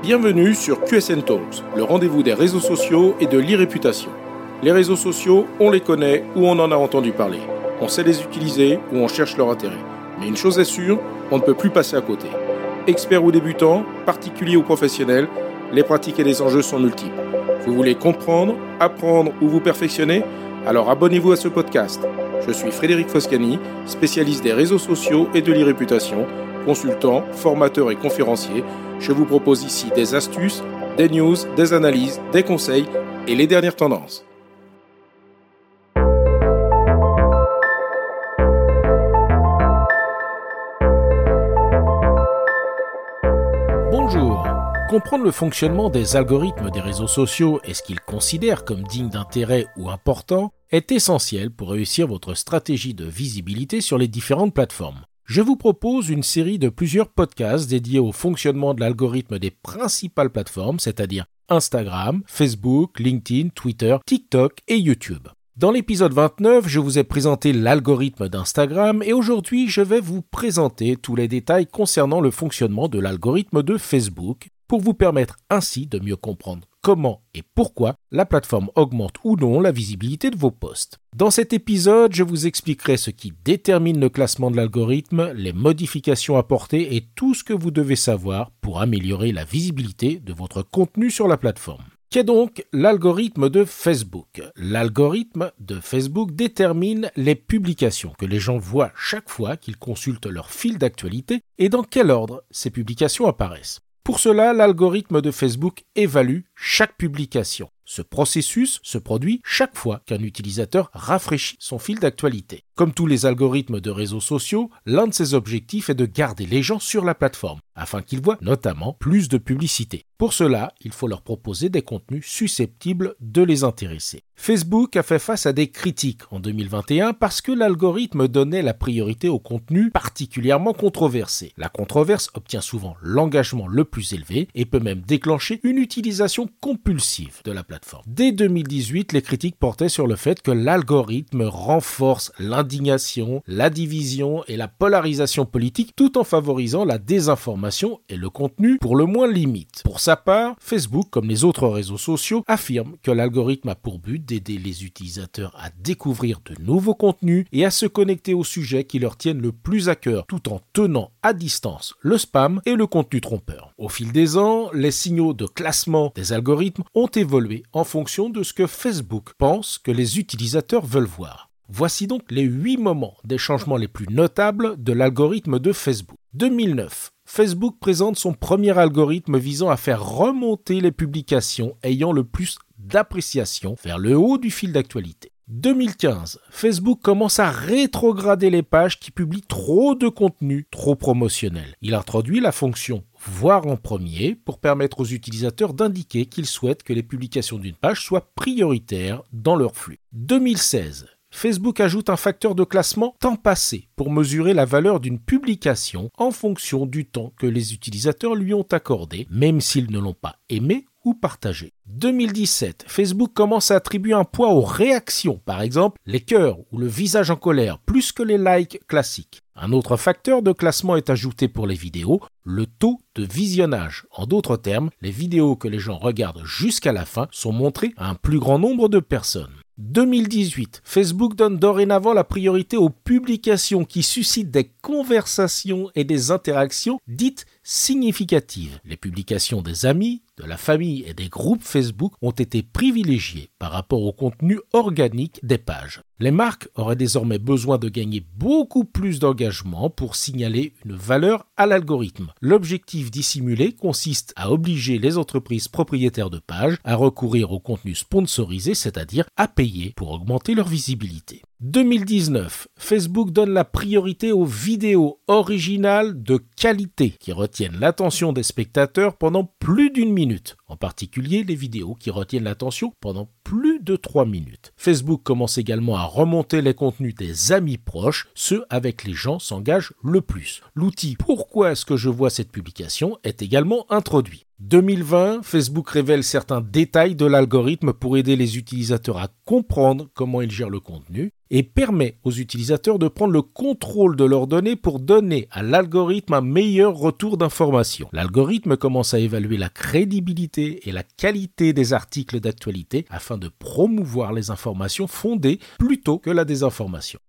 Bienvenue sur QSN Talks, le rendez-vous des réseaux sociaux et de l'e-réputation. Les réseaux sociaux, on les connaît ou on en a entendu parler. On sait les utiliser ou on cherche leur intérêt. Mais une chose est sûre, on ne peut plus passer à côté. Experts ou débutants, particuliers ou professionnels, les pratiques et les enjeux sont multiples. Vous voulez comprendre, apprendre ou vous perfectionner ? Alors abonnez-vous à ce podcast. Je suis Frédéric Foscani, spécialiste des réseaux sociaux et de l'e-réputation, consultant, formateur et conférencier. Je vous propose ici des astuces, des news, des analyses, des conseils et les dernières tendances. Bonjour. Comprendre le fonctionnement des algorithmes des réseaux sociaux et ce qu'ils considèrent comme digne d'intérêt ou important est essentiel pour réussir votre stratégie de visibilité sur les différentes plateformes. Je vous propose une série de plusieurs podcasts dédiés au fonctionnement de l'algorithme des principales plateformes, c'est-à-dire Instagram, Facebook, LinkedIn, Twitter, TikTok et YouTube. Dans l'épisode 29, je vous ai présenté l'algorithme d'Instagram et aujourd'hui, je vais vous présenter tous les détails concernant le fonctionnement de l'algorithme de Facebook pour vous permettre ainsi de mieux comprendre comment et pourquoi la plateforme augmente ou non la visibilité de vos posts. Dans cet épisode, je vous expliquerai ce qui détermine le classement de l'algorithme, les modifications apportées et tout ce que vous devez savoir pour améliorer la visibilité de votre contenu sur la plateforme. Qu'est donc l'algorithme de Facebook ? L'algorithme de Facebook détermine les publications que les gens voient chaque fois qu'ils consultent leur fil d'actualité et dans quel ordre ces publications apparaissent. Pour cela, l'algorithme de Facebook évalue chaque publication. Ce processus se produit chaque fois qu'un utilisateur rafraîchit son fil d'actualité. Comme tous les algorithmes de réseaux sociaux, l'un de ses objectifs est de garder les gens sur la plateforme, afin qu'ils voient notamment plus de publicité. Pour cela, il faut leur proposer des contenus susceptibles de les intéresser. Facebook a fait face à des critiques en 2021 parce que l'algorithme donnait la priorité aux contenus particulièrement controversés. La controverse obtient souvent l'engagement le plus élevé et peut même déclencher une utilisation compulsive de la plateforme. Dès 2018, les critiques portaient sur le fait que l'algorithme renforce l'indignation, la division et la polarisation politique tout en favorisant la désinformation et le contenu pour le moins limite. Pour sa part, Facebook, comme les autres réseaux sociaux, affirme que l'algorithme a pour but d'aider les utilisateurs à découvrir de nouveaux contenus et à se connecter aux sujets qui leur tiennent le plus à cœur tout en tenant à distance le spam et le contenu trompeur. Au fil des ans, les signaux de classement des algorithmes ont évolué en fonction de ce que Facebook pense que les utilisateurs veulent voir. Voici donc les 8 moments des changements les plus notables de l'algorithme de Facebook. 2009. Facebook présente son premier algorithme visant à faire remonter les publications ayant le plus d'appréciation vers le haut du fil d'actualité. 2015, Facebook commence à rétrograder les pages qui publient trop de contenu trop promotionnel. Il introduit la fonction « Voir en premier » pour permettre aux utilisateurs d'indiquer qu'ils souhaitent que les publications d'une page soient prioritaires dans leur flux. 2016, Facebook ajoute un facteur de classement temps passé pour mesurer la valeur d'une publication en fonction du temps que les utilisateurs lui ont accordé, même s'ils ne l'ont pas aimé ou partagé. 2017, Facebook commence à attribuer un poids aux réactions, par exemple les cœurs ou le visage en colère, plus que les likes classiques. Un autre facteur de classement est ajouté pour les vidéos, le taux de visionnage. En d'autres termes, les vidéos que les gens regardent jusqu'à la fin sont montrées à un plus grand nombre de personnes. 2018, Facebook donne dorénavant la priorité aux publications qui suscitent des conversations et des interactions dites significatives. Les publications des amis, de la famille et des groupes Facebook ont été privilégiées par rapport au contenu organique des pages. Les marques auraient désormais besoin de gagner beaucoup plus d'engagement pour signaler une valeur à l'algorithme. L'objectif dissimulé consiste à obliger les entreprises propriétaires de pages à recourir au contenu sponsorisé, c'est-à-dire à payer pour augmenter leur visibilité. 2019, Facebook donne la priorité aux vidéos originales de qualité qui retiennent l'attention des spectateurs pendant plus d'1 minute, en particulier les vidéos qui retiennent l'attention pendant plus de 3 minutes. Facebook commence également à remonter les contenus des amis proches, ceux avec les gens s'engagent le plus. L'outil « Pourquoi est-ce que je vois cette publication ?» est également introduit. 2020, Facebook révèle certains détails de l'algorithme pour aider les utilisateurs à comprendre comment il gère le contenu. et permet aux utilisateurs de prendre le contrôle de leurs données pour donner à l'algorithme un meilleur retour d'information. L'algorithme commence à évaluer la crédibilité et la qualité des articles d'actualité afin de promouvoir les informations fondées plutôt que la désinformation.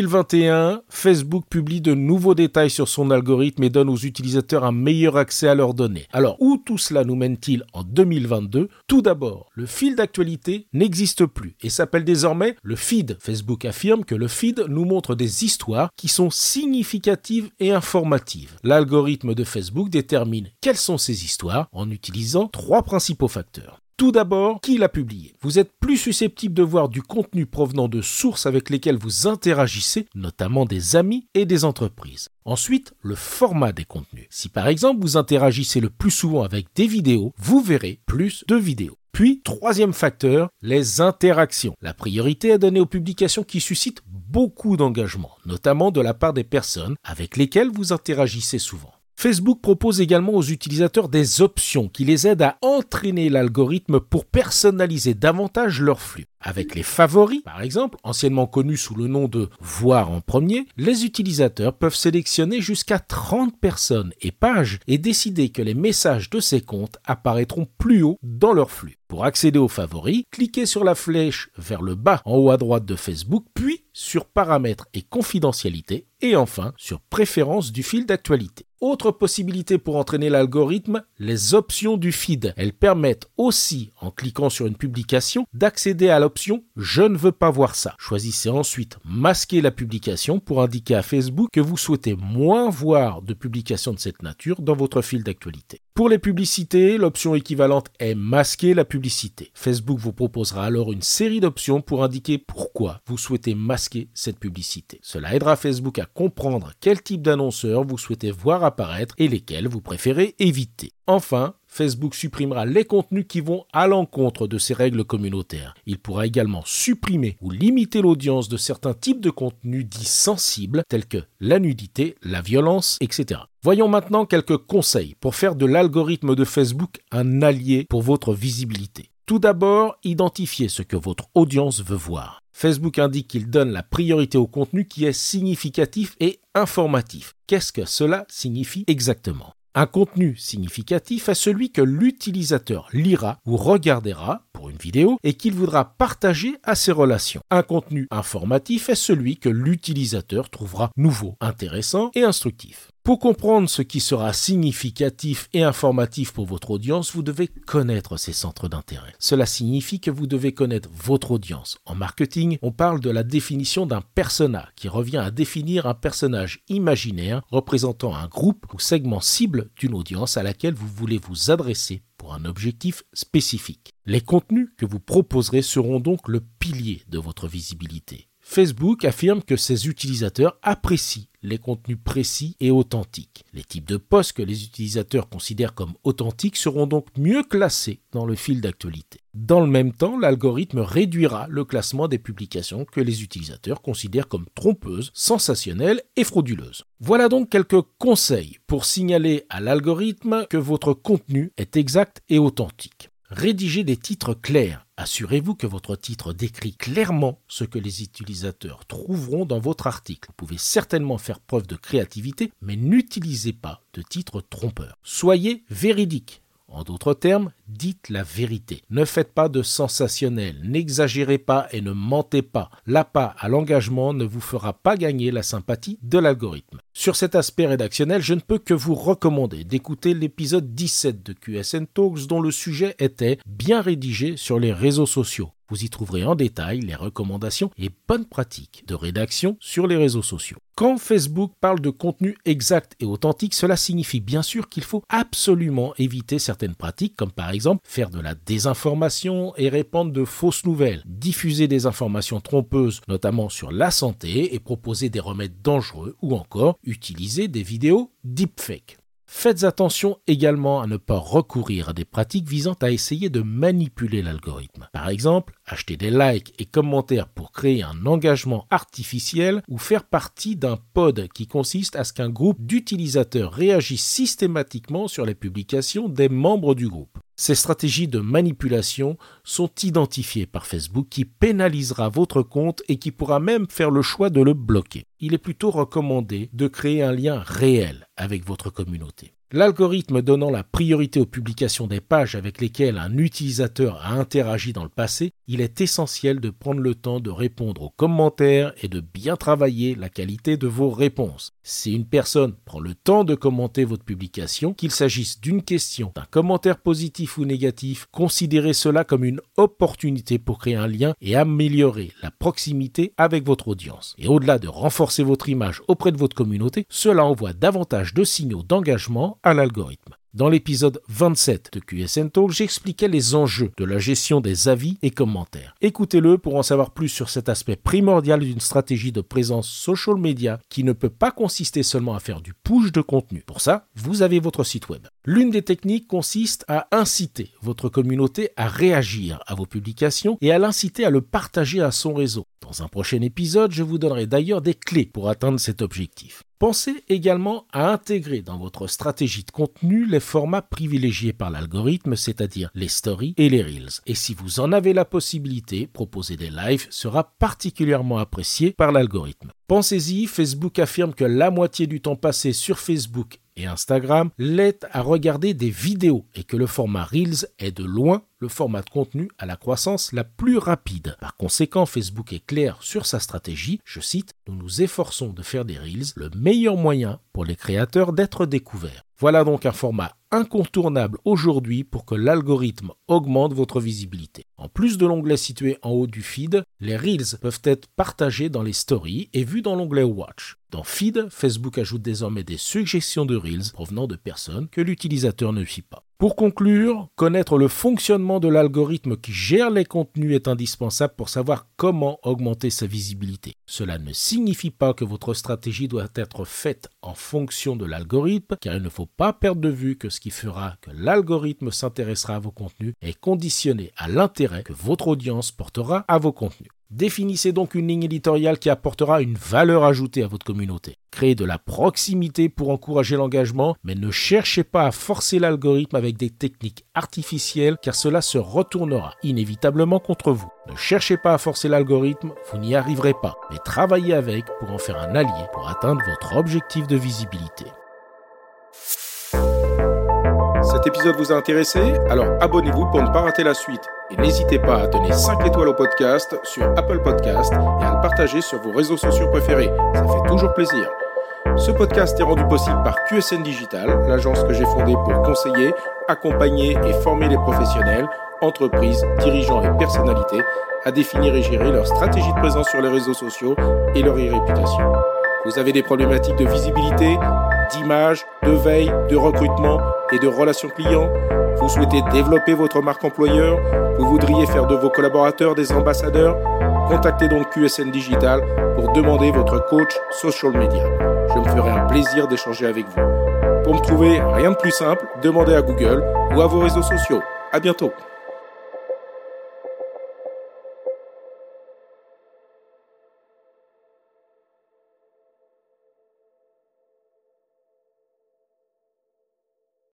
2021, Facebook publie de nouveaux détails sur son algorithme et donne aux utilisateurs un meilleur accès à leurs données. Alors, où tout cela nous mène-t-il en 2022 ? Tout d'abord, le fil d'actualité n'existe plus et s'appelle désormais le feed. Facebook affirme que le feed nous montre des histoires qui sont significatives et informatives. L'algorithme de Facebook détermine quelles sont ces histoires en utilisant 3 principaux facteurs. Tout d'abord, qui l'a publié ? Vous êtes plus susceptible de voir du contenu provenant de sources avec lesquelles vous interagissez, notamment des amis et des entreprises. Ensuite, le format des contenus. Si par exemple vous interagissez le plus souvent avec des vidéos, vous verrez plus de vidéos. Puis, troisième facteur, les interactions. La priorité est donnée aux publications qui suscitent beaucoup d'engagement, notamment de la part des personnes avec lesquelles vous interagissez souvent. Facebook propose également aux utilisateurs des options qui les aident à entraîner l'algorithme pour personnaliser davantage leur flux. Avec les favoris, par exemple, anciennement connus sous le nom de « voir en premier », les utilisateurs peuvent sélectionner jusqu'à 30 personnes et pages et décider que les messages de ces comptes apparaîtront plus haut dans leur flux. Pour accéder aux favoris, cliquez sur la flèche vers le bas en haut à droite de Facebook, puis sur Paramètres et confidentialité, et enfin sur Préférences du fil d'actualité. Autre possibilité pour entraîner l'algorithme, les options du feed. Elles permettent aussi, en cliquant sur une publication, d'accéder à l'option « Je ne veux pas voir ça ». Choisissez ensuite « Masquer la publication » pour indiquer à Facebook que vous souhaitez moins voir de publications de cette nature dans votre fil d'actualité. Pour les publicités, l'option équivalente est « Masquer la publicité ». Facebook vous proposera alors une série d'options pour indiquer pourquoi vous souhaitez masquer cette publicité. Cela aidera Facebook à comprendre quel type d'annonceurs vous souhaitez voir apparaître et lesquels vous préférez éviter. Enfin, Facebook supprimera les contenus qui vont à l'encontre de ces règles communautaires. Il pourra également supprimer ou limiter l'audience de certains types de contenus dits sensibles, tels que la nudité, la violence, etc. Voyons maintenant quelques conseils pour faire de l'algorithme de Facebook un allié pour votre visibilité. Tout d'abord, identifiez ce que votre audience veut voir. Facebook indique qu'il donne la priorité au contenu qui est significatif et informatif. Qu'est-ce que cela signifie exactement ? Un contenu significatif est celui que l'utilisateur lira ou regardera pour une vidéo et qu'il voudra partager à ses relations. Un contenu informatif est celui que l'utilisateur trouvera nouveau, intéressant et instructif. Pour comprendre ce qui sera significatif et informatif pour votre audience, vous devez connaître ces centres d'intérêt. Cela signifie que vous devez connaître votre audience. En marketing, on parle de la définition d'un persona, qui revient à définir un personnage imaginaire représentant un groupe ou segment cible d'une audience à laquelle vous voulez vous adresser pour un objectif spécifique. Les contenus que vous proposerez seront donc le pilier de votre visibilité. Facebook affirme que ses utilisateurs apprécient les contenus précis et authentiques. Les types de posts que les utilisateurs considèrent comme authentiques seront donc mieux classés dans le fil d'actualité. Dans le même temps, l'algorithme réduira le classement des publications que les utilisateurs considèrent comme trompeuses, sensationnelles et frauduleuses. Voilà donc quelques conseils pour signaler à l'algorithme que votre contenu est exact et authentique. Rédigez des titres clairs. Assurez-vous que votre titre décrit clairement ce que les utilisateurs trouveront dans votre article. Vous pouvez certainement faire preuve de créativité, mais n'utilisez pas de titre trompeur. Soyez véridique. En d'autres termes, dites la vérité. Ne faites pas de sensationnel, n'exagérez pas et ne mentez pas. L'appât à l'engagement ne vous fera pas gagner la sympathie de l'algorithme. Sur cet aspect rédactionnel, je ne peux que vous recommander d'écouter l'épisode 17 de QSN Talks dont le sujet était bien rédigé sur les réseaux sociaux. Vous y trouverez en détail les recommandations et bonnes pratiques de rédaction sur les réseaux sociaux. Quand Facebook parle de contenu exact et authentique, cela signifie bien sûr qu'il faut absolument éviter certaines pratiques, comme par exemple faire de la désinformation et répandre de fausses nouvelles, diffuser des informations trompeuses, notamment sur la santé, et proposer des remèdes dangereux, ou encore utiliser des vidéos deepfake. Faites attention également à ne pas recourir à des pratiques visant à essayer de manipuler l'algorithme. Par exemple, acheter des likes et commentaires pour créer un engagement artificiel ou faire partie d'un pod qui consiste à ce qu'un groupe d'utilisateurs réagisse systématiquement sur les publications des membres du groupe. Ces stratégies de manipulation sont identifiées par Facebook qui pénalisera votre compte et qui pourra même faire le choix de le bloquer. Il est plutôt recommandé de créer un lien réel avec votre communauté. L'algorithme donnant la priorité aux publications des pages avec lesquelles un utilisateur a interagi dans le passé, il est essentiel de prendre le temps de répondre aux commentaires et de bien travailler la qualité de vos réponses. Si une personne prend le temps de commenter votre publication, qu'il s'agisse d'une question, d'un commentaire positif ou négatif, considérez cela comme une opportunité pour créer un lien et améliorer la proximité avec votre audience. Et au-delà de renforcer votre image auprès de votre communauté, cela envoie davantage de signaux d'engagement à l'algorithme. Dans l'épisode 27 de QSN Talk, j'expliquais les enjeux de la gestion des avis et commentaires. Écoutez-le pour en savoir plus sur cet aspect primordial d'une stratégie de présence social media qui ne peut pas consister seulement à faire du push de contenu. Pour ça, vous avez votre site web. L'une des techniques consiste à inciter votre communauté à réagir à vos publications et à l'inciter à le partager à son réseau. Dans un prochain épisode, je vous donnerai d'ailleurs des clés pour atteindre cet objectif. Pensez également à intégrer dans votre stratégie de contenu les formats privilégiés par l'algorithme, c'est-à-dire les stories et les reels. Et si vous en avez la possibilité, proposer des lives sera particulièrement apprécié par l'algorithme. Pensez-y, Facebook affirme que la moitié du temps passé sur Facebook et Instagram l'aide à regarder des vidéos et que le format Reels est de loin le format de contenu à la croissance la plus rapide. Par conséquent, Facebook est clair sur sa stratégie. Je cite, « Nous nous efforçons de faire des Reels le meilleur moyen pour les créateurs d'être découverts ». Voilà donc un format incontournable aujourd'hui pour que l'algorithme augmente votre visibilité. En plus de l'onglet situé en haut du feed, les Reels peuvent être partagés dans les stories et vus dans l'onglet Watch. Dans Feed, Facebook ajoute désormais des suggestions de Reels provenant de personnes que l'utilisateur ne suit pas. Pour conclure, connaître le fonctionnement de l'algorithme qui gère les contenus est indispensable pour savoir comment augmenter sa visibilité. Cela ne signifie pas que votre stratégie doit être faite en fonction de l'algorithme, car il ne faut pas perdre de vue que ce qui fera que l'algorithme s'intéressera à vos contenus est conditionné à l'intérêt que votre audience portera à vos contenus. Définissez donc une ligne éditoriale qui apportera une valeur ajoutée à votre communauté. Créez de la proximité pour encourager l'engagement, mais ne cherchez pas à forcer l'algorithme avec des techniques artificielles car cela se retournera inévitablement contre vous. Ne cherchez pas à forcer l'algorithme, vous n'y arriverez pas, mais travaillez avec pour en faire un allié pour atteindre votre objectif de visibilité. Cet épisode vous a intéressé? Alors abonnez-vous pour ne pas rater la suite. Et n'hésitez pas à donner 5 étoiles au podcast sur Apple Podcast et à le partager sur vos réseaux sociaux préférés. Ça fait toujours plaisir. Ce podcast est rendu possible par QSN Digital, l'agence que j'ai fondée pour conseiller, accompagner et former les professionnels, entreprises, dirigeants et personnalités à définir et gérer leur stratégie de présence sur les réseaux sociaux et leur réputation. Vous avez des problématiques de visibilité, d'image, de veille, de recrutement et de relations clients? Vous souhaitez développer votre marque employeur? Vous voudriez faire de vos collaborateurs des ambassadeurs? Contactez donc QSN Digital pour demander votre coach social media. Je me ferai un plaisir d'échanger avec vous. Pour me trouver, rien de plus simple, demandez à Google ou à vos réseaux sociaux. À bientôt.